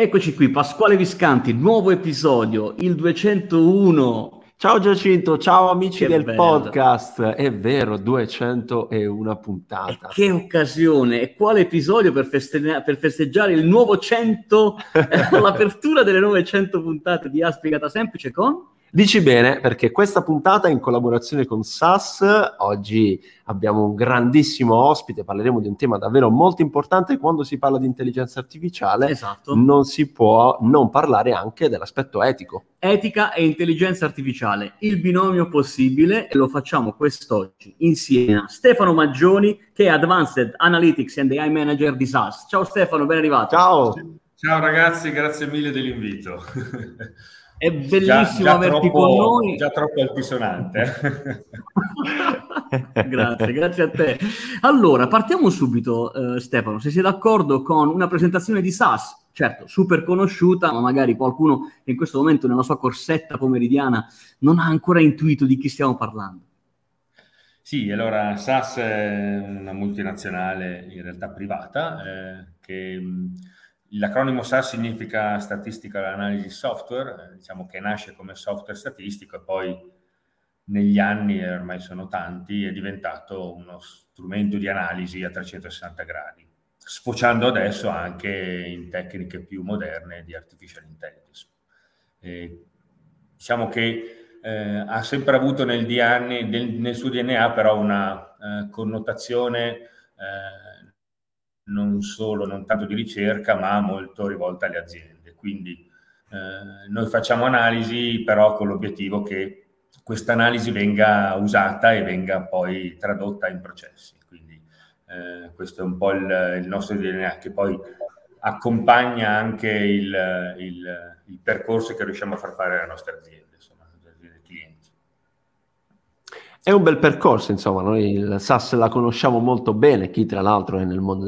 Eccoci qui, Pasquale Viscanti, nuovo episodio, il 201. Ciao Giacinto, ciao amici Che del bello. podcast. È vero, 201 puntata. E che occasione, e quale episodio per festeggiare il nuovo 100, l'apertura delle nuove 100 puntate di A Spiegata Semplice con... Dici bene, perché questa puntata è in collaborazione con SAS. Oggi abbiamo un grandissimo ospite, parleremo di un tema davvero molto importante. Quando si parla di intelligenza artificiale, Esatto. non si può non parlare anche dell'aspetto etico. Etica e intelligenza artificiale, il binomio possibile, e lo facciamo quest'oggi insieme a Stefano Maggioni, che è Advanced Analytics and AI Manager di SAS. Ciao Stefano, ben arrivato. Ciao ragazzi, grazie mille dell'invito. È bellissimo averti con noi. Già troppo altisonante. Grazie a te. Allora, partiamo subito, Stefano, se sei d'accordo con una presentazione di SAS, certo, super conosciuta, ma magari qualcuno che in questo momento nella sua corsetta pomeridiana non ha ancora intuito di chi stiamo parlando. Sì, allora SAS è una multinazionale in realtà privata, che l'acronimo SAS significa Statistical Analysis Software, diciamo che nasce come software statistico e poi negli anni, ormai sono tanti, è diventato uno strumento di analisi a 360 gradi, sfociando adesso anche in tecniche più moderne di artificial intelligence. Diciamo che ha sempre avuto nel suo DNA però una connotazione non tanto di ricerca, ma molto rivolta alle aziende. Quindi noi facciamo analisi, però con l'obiettivo che questa analisi venga usata e venga poi tradotta in processi. Quindi questo è un po' il nostro DNA, che poi accompagna anche il percorso che riusciamo a far fare alle nostre aziende, insomma, ai clienti. È un bel percorso, insomma, noi il SAS la conosciamo molto bene, chi tra l'altro è nel mondo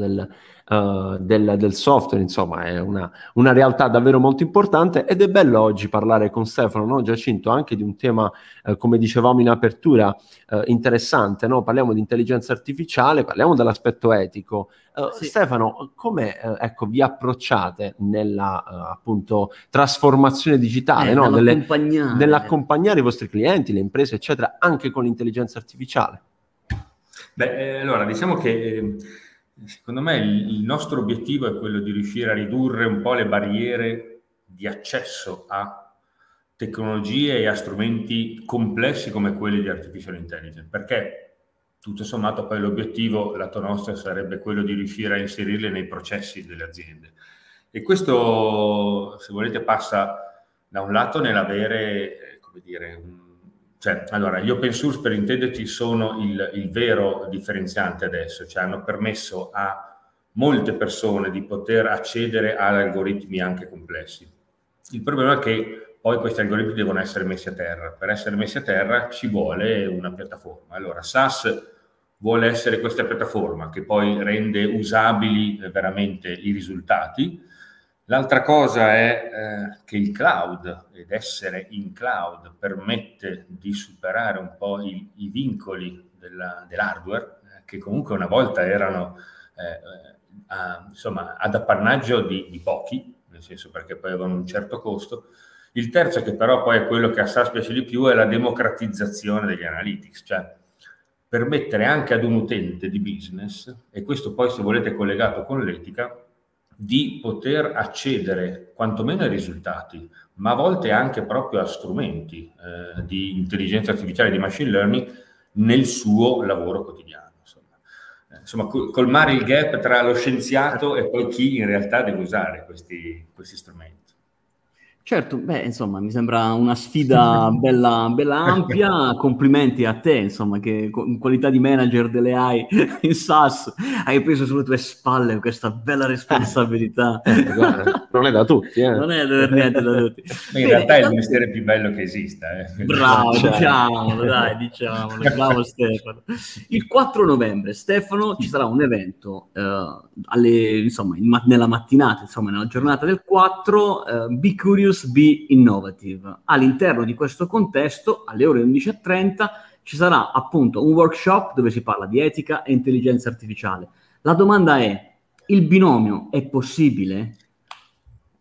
del software, insomma, è una realtà davvero molto importante ed è bello oggi parlare con Stefano, no, Giacinto, anche di un tema, come dicevamo in apertura, interessante, no? Parliamo di intelligenza artificiale, parliamo dell'aspetto etico. Sì. Stefano, come vi approcciate nella appunto trasformazione digitale, no? Nell'accompagnare i vostri clienti, le imprese, eccetera, anche con l'intelligenza artificiale? Allora, diciamo che secondo me il nostro obiettivo è quello di riuscire a ridurre un po' le barriere di accesso a tecnologie e a strumenti complessi come quelli di artificial intelligence, perché tutto sommato poi l'obiettivo, lato nostro, sarebbe quello di riuscire a inserirle nei processi delle aziende. E questo, se volete, passa da un lato nell'avere, come dire, allora, gli open source, per intenderci, sono il vero differenziante adesso, cioè hanno permesso a molte persone di poter accedere ad algoritmi anche complessi. Il problema è che poi questi algoritmi devono essere messi a terra. Per essere messi a terra ci vuole una piattaforma. Allora, SAS vuole essere questa piattaforma che poi rende usabili veramente i risultati. L'altra cosa è che il cloud, ed essere in cloud, permette di superare un po' i vincoli dell'hardware, che comunque una volta erano ad appannaggio di pochi, nel senso perché poi avevano un certo costo. Il terzo, che però poi è quello che a SAS piace di più, è la democratizzazione degli analytics, cioè permettere anche ad un utente di business, e questo poi, se volete, collegato con l'etica, di poter accedere quantomeno ai risultati, ma a volte anche proprio a strumenti di intelligenza artificiale, di machine learning nel suo lavoro quotidiano. Insomma, colmare il gap tra lo scienziato e poi chi in realtà deve usare questi strumenti. Certo, insomma, mi sembra una sfida bella ampia. Complimenti a te, insomma, che in qualità di manager delle AI in SAS hai preso sulle tue spalle questa bella responsabilità. Guarda, non è da tutti, Non è per niente da tutti. In realtà è il mestiere più bello che esista. Bravo, diciamolo, bravo Stefano. Il 4 novembre, Stefano, ci sarà un evento nella mattinata, insomma, nella giornata del 4, Be Curious, Be Innovative. All'interno di questo contesto, alle ore 11:30, ci sarà appunto un workshop dove si parla di etica e intelligenza artificiale. La domanda è: il binomio è possibile?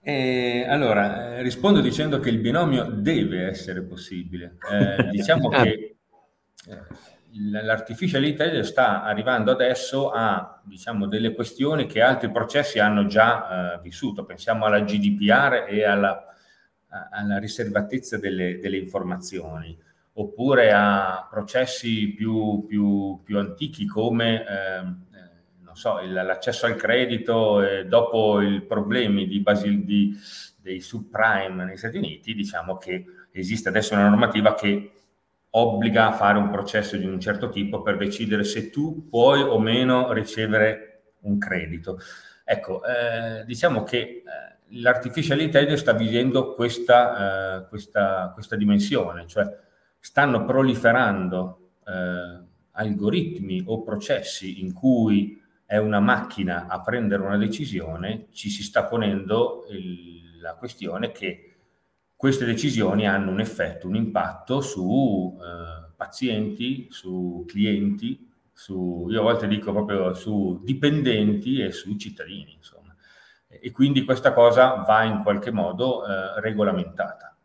Allora, rispondo dicendo che il binomio deve essere possibile. Diciamo che l'artificial intelligence sta arrivando adesso a, diciamo, delle questioni che altri processi hanno già vissuto. Pensiamo alla GDPR e alla riservatezza delle informazioni, oppure a processi più antichi come non so, l'accesso al credito dopo i problemi dei subprime negli Stati Uniti. Diciamo che esiste adesso una normativa che obbliga a fare un processo di un certo tipo per decidere se tu puoi o meno ricevere un credito. Ecco, diciamo che l'artificial intelligence sta vivendo questa dimensione, cioè stanno proliferando algoritmi o processi in cui è una macchina a prendere una decisione. Ci si sta ponendo la questione che queste decisioni hanno un effetto, un impatto su pazienti, su clienti, io a volte dico proprio su dipendenti e su cittadini, insomma. E quindi questa cosa va in qualche modo regolamentata.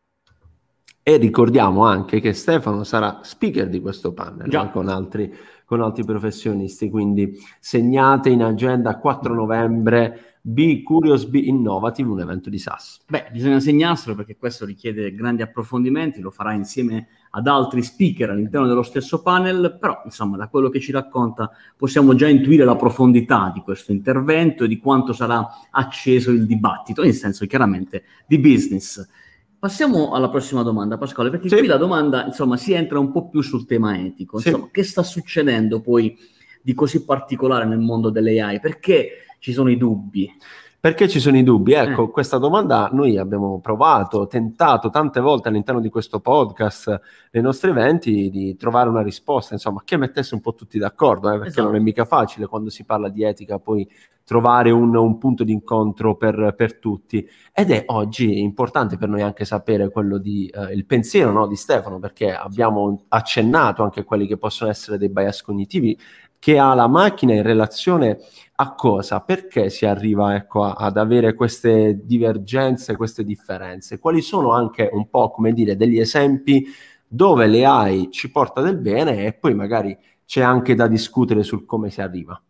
E ricordiamo anche che Stefano sarà speaker di questo panel con altri professionisti, quindi segnate in agenda 4 novembre Be Curious, Be Innovative, un evento di SAS. Beh, bisogna segnarselo perché questo richiede grandi approfondimenti, lo farà insieme ad altri speaker all'interno dello stesso panel, però insomma da quello che ci racconta possiamo già intuire la profondità di questo intervento e di quanto sarà acceso il dibattito, in senso chiaramente di business. Passiamo alla prossima domanda, Pasquale, perché qui la domanda, insomma, si entra un po' più sul tema etico. Insomma, che sta succedendo poi di così particolare nel mondo dell'AI? Perché ci sono i dubbi? Perché ci sono i dubbi? Ecco, questa domanda noi abbiamo provato, tentato tante volte all'interno di questo podcast, nei nostri eventi, di trovare una risposta, insomma, che mettesse un po' tutti d'accordo, perché esatto, non è mica facile quando si parla di etica poi trovare un punto di incontro per tutti. Ed è oggi importante per noi anche sapere quello il pensiero, no, di Stefano, perché abbiamo accennato anche a quelli che possono essere dei bias cognitivi che ha la macchina in relazione a cosa? Perché si arriva, ecco, ad avere queste divergenze, queste differenze? Quali sono anche un po', come dire, degli esempi dove l'AI ci porta del bene e poi magari c'è anche da discutere sul come si arriva?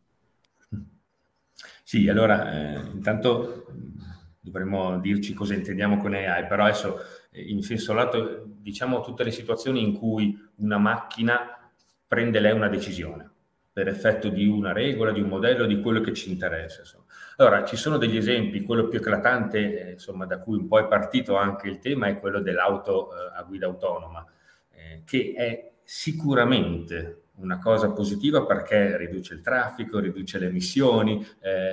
Sì, allora intanto dovremmo dirci cosa intendiamo con AI, però adesso in senso lato diciamo tutte le situazioni in cui una macchina prende lei una decisione per effetto di una regola, di un modello, di quello che ci interessa. Insomma. Allora, ci sono degli esempi, quello più eclatante, insomma, da cui un po' è partito anche il tema, è quello dell'auto a guida autonoma, che è sicuramente una cosa positiva perché riduce il traffico, riduce le emissioni,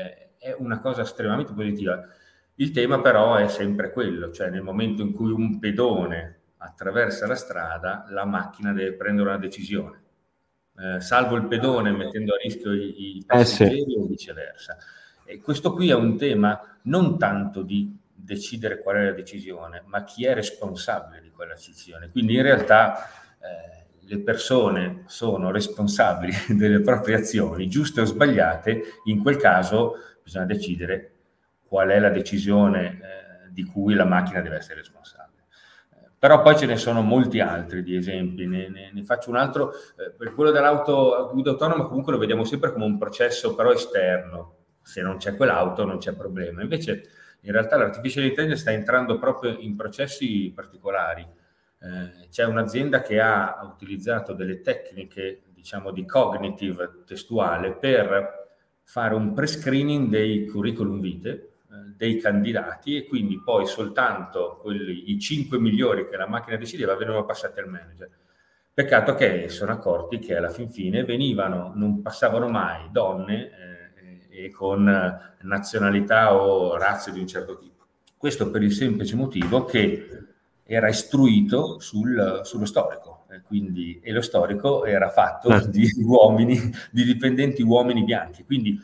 è una cosa estremamente positiva. Il tema però è sempre quello, cioè nel momento in cui un pedone attraversa la strada, la macchina deve prendere una decisione. Salvo il pedone mettendo a rischio i passeggeri o viceversa. E questo qui è un tema non tanto di decidere qual è la decisione, ma chi è responsabile di quella decisione. Quindi in realtà le persone sono responsabili delle proprie azioni, giuste o sbagliate. In quel caso bisogna decidere qual è la decisione di cui la macchina deve essere responsabile. Però poi ce ne sono molti altri di esempi, ne faccio un altro. Per quello dell'auto a guida autonoma comunque lo vediamo sempre come un processo però esterno. Se non c'è quell'auto non c'è problema. Invece in realtà l'artificial intelligence sta entrando proprio in processi particolari. C'è un'azienda che ha utilizzato delle tecniche, diciamo, di cognitive testuale per fare un pre-screening dei curriculum vitae dei candidati, e quindi poi soltanto i 5 migliori che la macchina decideva venivano passati al manager. Peccato che sono accorti che alla fin fine non passavano mai donne e con nazionalità o razze di un certo tipo. Questo per il semplice motivo che era istruito sullo storico, e lo storico era fatto di uomini, di dipendenti uomini bianchi. Quindi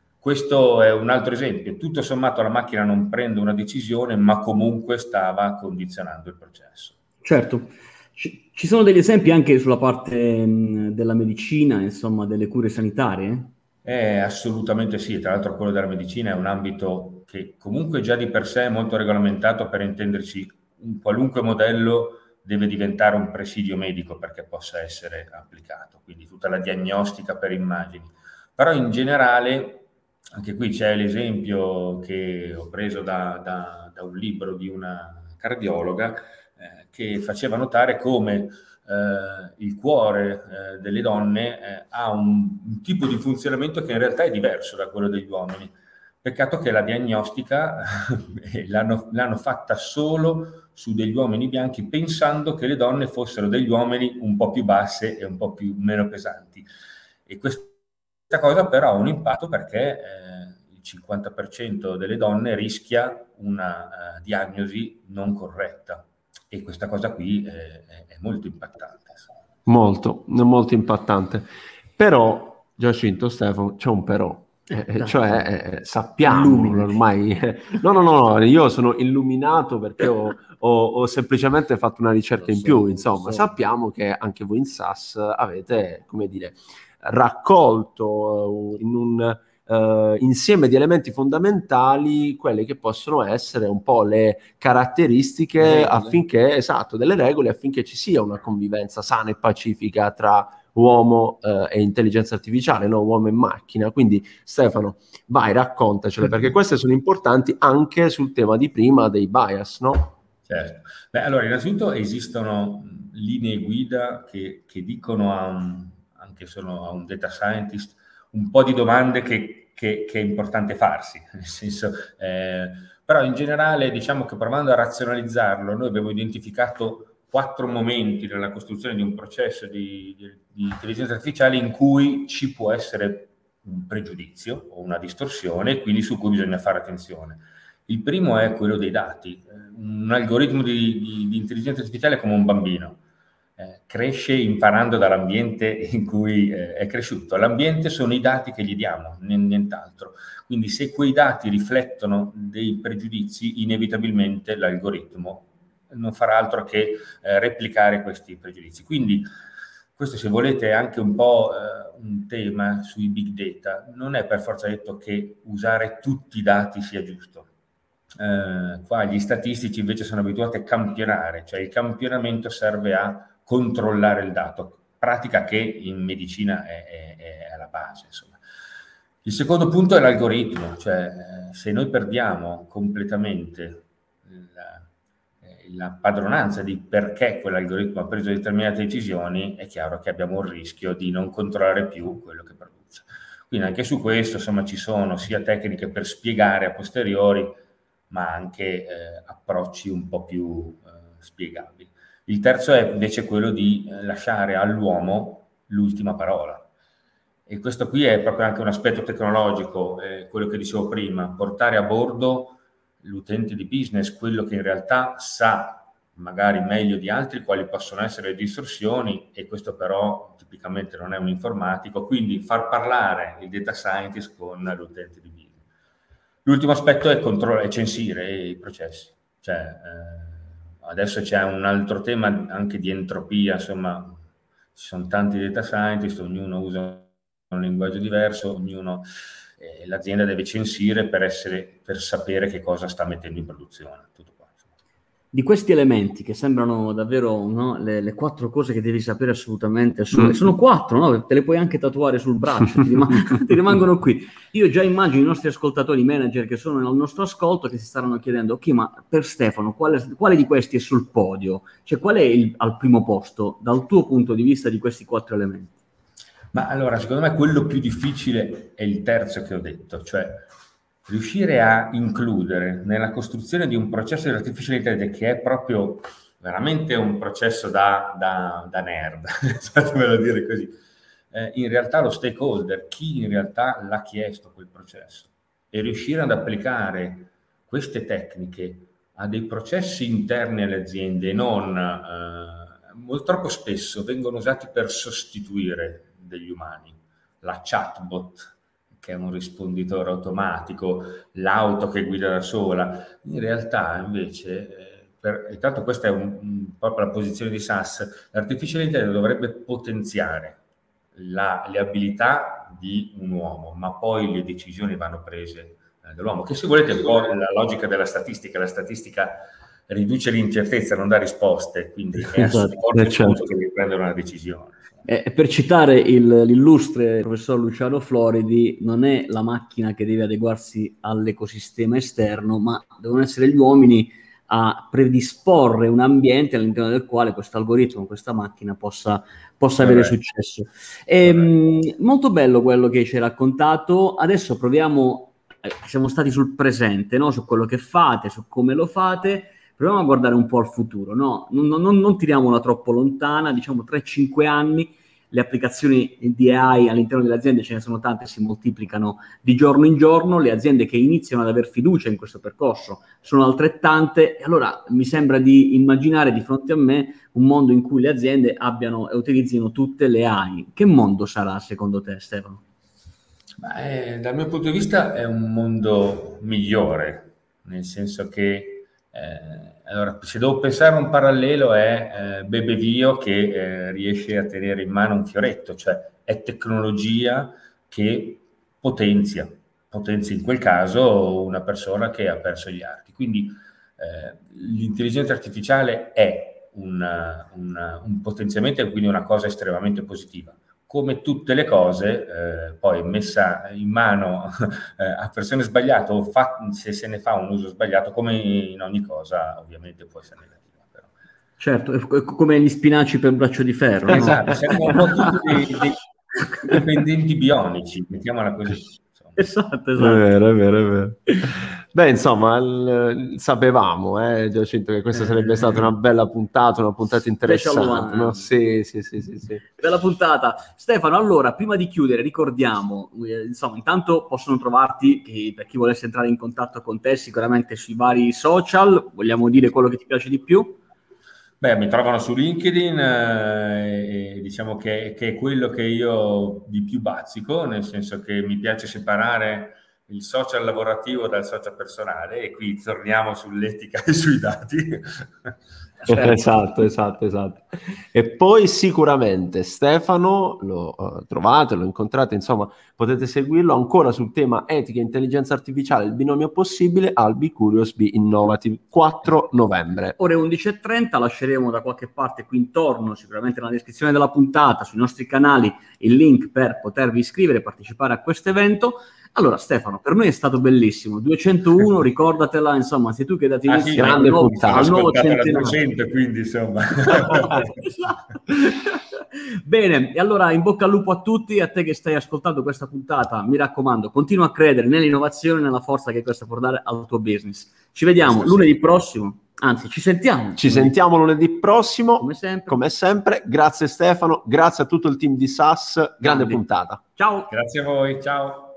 questo è un altro esempio. Tutto sommato la macchina non prende una decisione, ma comunque stava condizionando il processo. Certo. Ci sono degli esempi anche sulla parte della medicina, insomma, delle cure sanitarie? Assolutamente sì, tra l'altro quello della medicina è un ambito che comunque già di per sé è molto regolamentato, per intenderci un qualunque modello deve diventare un presidio medico perché possa essere applicato, quindi tutta la diagnostica per immagini. Però in generale, anche qui c'è l'esempio che ho preso da un libro di una cardiologa che faceva notare come il cuore delle donne ha un tipo di funzionamento che in realtà è diverso da quello degli uomini. Peccato che la diagnostica l'hanno fatta solo su degli uomini bianchi, pensando che le donne fossero degli uomini un po' più basse e un po' meno pesanti. E questa cosa però ha un impatto perché il 50% delle donne rischia una diagnosi non corretta, e questa cosa qui è molto impattante. Molto, molto impattante. Però, Giacinto, Stefano, c'è un però. Sappiamo Illuminaci. ormai, no, io sono illuminato perché ho semplicemente fatto una ricerca in più, insomma, sappiamo che anche voi in SAS avete, come dire, raccolto in un insieme di elementi fondamentali quelle che possono essere un po' le caratteristiche affinché, esatto, delle regole affinché ci sia una convivenza sana e pacifica tra uomo e intelligenza artificiale, no? Uomo e macchina. Quindi Stefano, vai, raccontacele, perché queste sono importanti anche sul tema di prima dei bias, no? Certo. Beh, allora, innanzitutto esistono linee guida che dicono anche solo a un data scientist un po' di domande che è importante farsi, nel senso, però in generale diciamo che provando a razionalizzarlo, noi abbiamo identificato 4 momenti nella costruzione di un processo di intelligenza artificiale in cui ci può essere un pregiudizio o una distorsione, quindi su cui bisogna fare attenzione. Il primo è quello dei dati. Un algoritmo di intelligenza artificiale è come un bambino. Cresce imparando dall'ambiente in cui è cresciuto. L'ambiente sono i dati che gli diamo, nient'altro. Quindi se quei dati riflettono dei pregiudizi, inevitabilmente l'algoritmo non farà altro che replicare questi pregiudizi. Quindi questo, se volete, è anche un po' un tema sui big data. Non è per forza detto che usare tutti i dati sia giusto. Qua gli statistici invece sono abituati a campionare, cioè il campionamento serve a controllare il dato, pratica che in medicina è alla base, insomma. Il secondo punto è l'algoritmo, cioè se noi perdiamo completamente la padronanza di perché quell'algoritmo ha preso determinate decisioni, è chiaro che abbiamo il rischio di non controllare più quello che produce. Quindi anche su questo, insomma, ci sono sia tecniche per spiegare a posteriori, ma anche approcci un po' più spiegabili. Il terzo è invece quello di lasciare all'uomo l'ultima parola. E questo qui è proprio anche un aspetto tecnologico, quello che dicevo prima, portare a bordo l'utente di business, quello che in realtà sa magari meglio di altri quali possono essere le distorsioni, e questo però tipicamente non è un informatico, quindi far parlare il data scientist con l'utente di business. L'ultimo aspetto è censire i processi. Cioè, adesso c'è un altro tema anche di entropia, insomma, ci sono tanti data scientist, ognuno usa un linguaggio diverso, l'azienda deve censire per sapere che cosa sta mettendo in produzione. Tutto qua. Di questi elementi che sembrano davvero, no, le 4 cose che devi sapere assolutamente, sono 4, no? Te le puoi anche tatuare sul braccio, ti rimangono qui. Io già immagino i nostri ascoltatori, manager che sono nel nostro ascolto, che si staranno chiedendo: ok, ma per Stefano quale di questi è sul podio? Cioè, qual è al primo posto dal tuo punto di vista di questi 4 elementi? Ma allora, secondo me quello più difficile è il terzo che ho detto, cioè riuscire a includere nella costruzione di un processo di artificial intelligence, che è proprio veramente un processo da nerd, fatemelo dire così, in realtà lo stakeholder, chi in realtà l'ha chiesto quel processo, e riuscire ad applicare queste tecniche a dei processi interni alle aziende, e non molto troppo spesso vengono usati per sostituire degli umani. La chatbot, che è un risponditore automatico, l'auto che guida da sola. In realtà invece, intanto questa è proprio la posizione di SAS, l'artificial intelligence dovrebbe potenziare le abilità di un uomo, ma poi le decisioni vanno prese dall'uomo, che se volete è un po' la logica della statistica. La statistica riduce l'incertezza, non dà risposte, quindi è a supporto certo. che devi prendere una decisione. Per citare l'illustre professor Luciano Floridi, non è la macchina che deve adeguarsi all'ecosistema esterno, ma devono essere gli uomini a predisporre un ambiente all'interno del quale questo algoritmo, questa macchina possa avere successo. Molto bello quello che ci hai raccontato. Adesso proviamo, siamo stati sul presente, no? Su quello che fate, su come lo fate. Proviamo a guardare un po' al futuro, no? Non tiriamola troppo lontana, diciamo 3-5 anni. Le applicazioni di AI all'interno delle aziende ce ne sono tante, si moltiplicano di giorno in giorno, le aziende che iniziano ad aver fiducia in questo percorso sono altrettante, e allora mi sembra di immaginare di fronte a me un mondo in cui le aziende abbiano e utilizzino tutte le AI. Che mondo sarà secondo te, Stefano? Dal mio punto di vista è un mondo migliore, nel senso che allora, se devo pensare a un parallelo è Bebe Vio che riesce a tenere in mano un fioretto, cioè è tecnologia che potenzia in quel caso una persona che ha perso gli arti. Quindi l'intelligenza artificiale è un potenziamento e quindi una cosa estremamente positiva. Come tutte le cose, poi messa in mano a persone sbagliate o se se ne fa un uso sbagliato, come in ogni cosa, ovviamente può essere negativa. Però. Certo, come gli spinaci per braccio di ferro. Esatto, no? siamo un po' tutti dei dipendenti bionici, mettiamola così. Esatto. È vero. Beh, insomma, sapevamo, Giacinto, che questa sarebbe stata una bella puntata, una puntata interessante, no? Sì. Bella puntata. Stefano, allora, prima di chiudere, ricordiamo, insomma, intanto possono trovarti, per chi volesse entrare in contatto con te, sicuramente sui vari social. Vogliamo dire quello che ti piace di più? Beh, mi trovano su LinkedIn e diciamo che è quello che io di più bazzico, nel senso che mi piace separare il social lavorativo dal social personale e qui torniamo sull'etica e sui dati. Esatto. E poi sicuramente Stefano lo trovate, lo incontrate, insomma potete seguirlo ancora sul tema etica e intelligenza artificiale, il binomio possibile al Be Curious, Be Innovative, 4 novembre. Ore 11:30, lasceremo da qualche parte qui intorno, sicuramente nella descrizione della puntata, sui nostri canali, il link per potervi iscrivere e partecipare a questo evento. Allora Stefano, per noi è stato bellissimo, 201, ricordatela, insomma, sei tu che hai dato inizio al nuovo centenario. 200, quindi insomma. Bene, e allora in bocca al lupo a tutti, a te che stai ascoltando questa puntata, mi raccomando, continua a credere nell'innovazione e nella forza che questa può dare al tuo business. Ci vediamo lunedì prossimo, anzi ci sentiamo. Ci sentiamo lunedì prossimo, come sempre. Grazie Stefano, grazie a tutto il team di SAS, grande puntata. Ciao. Grazie a voi, ciao.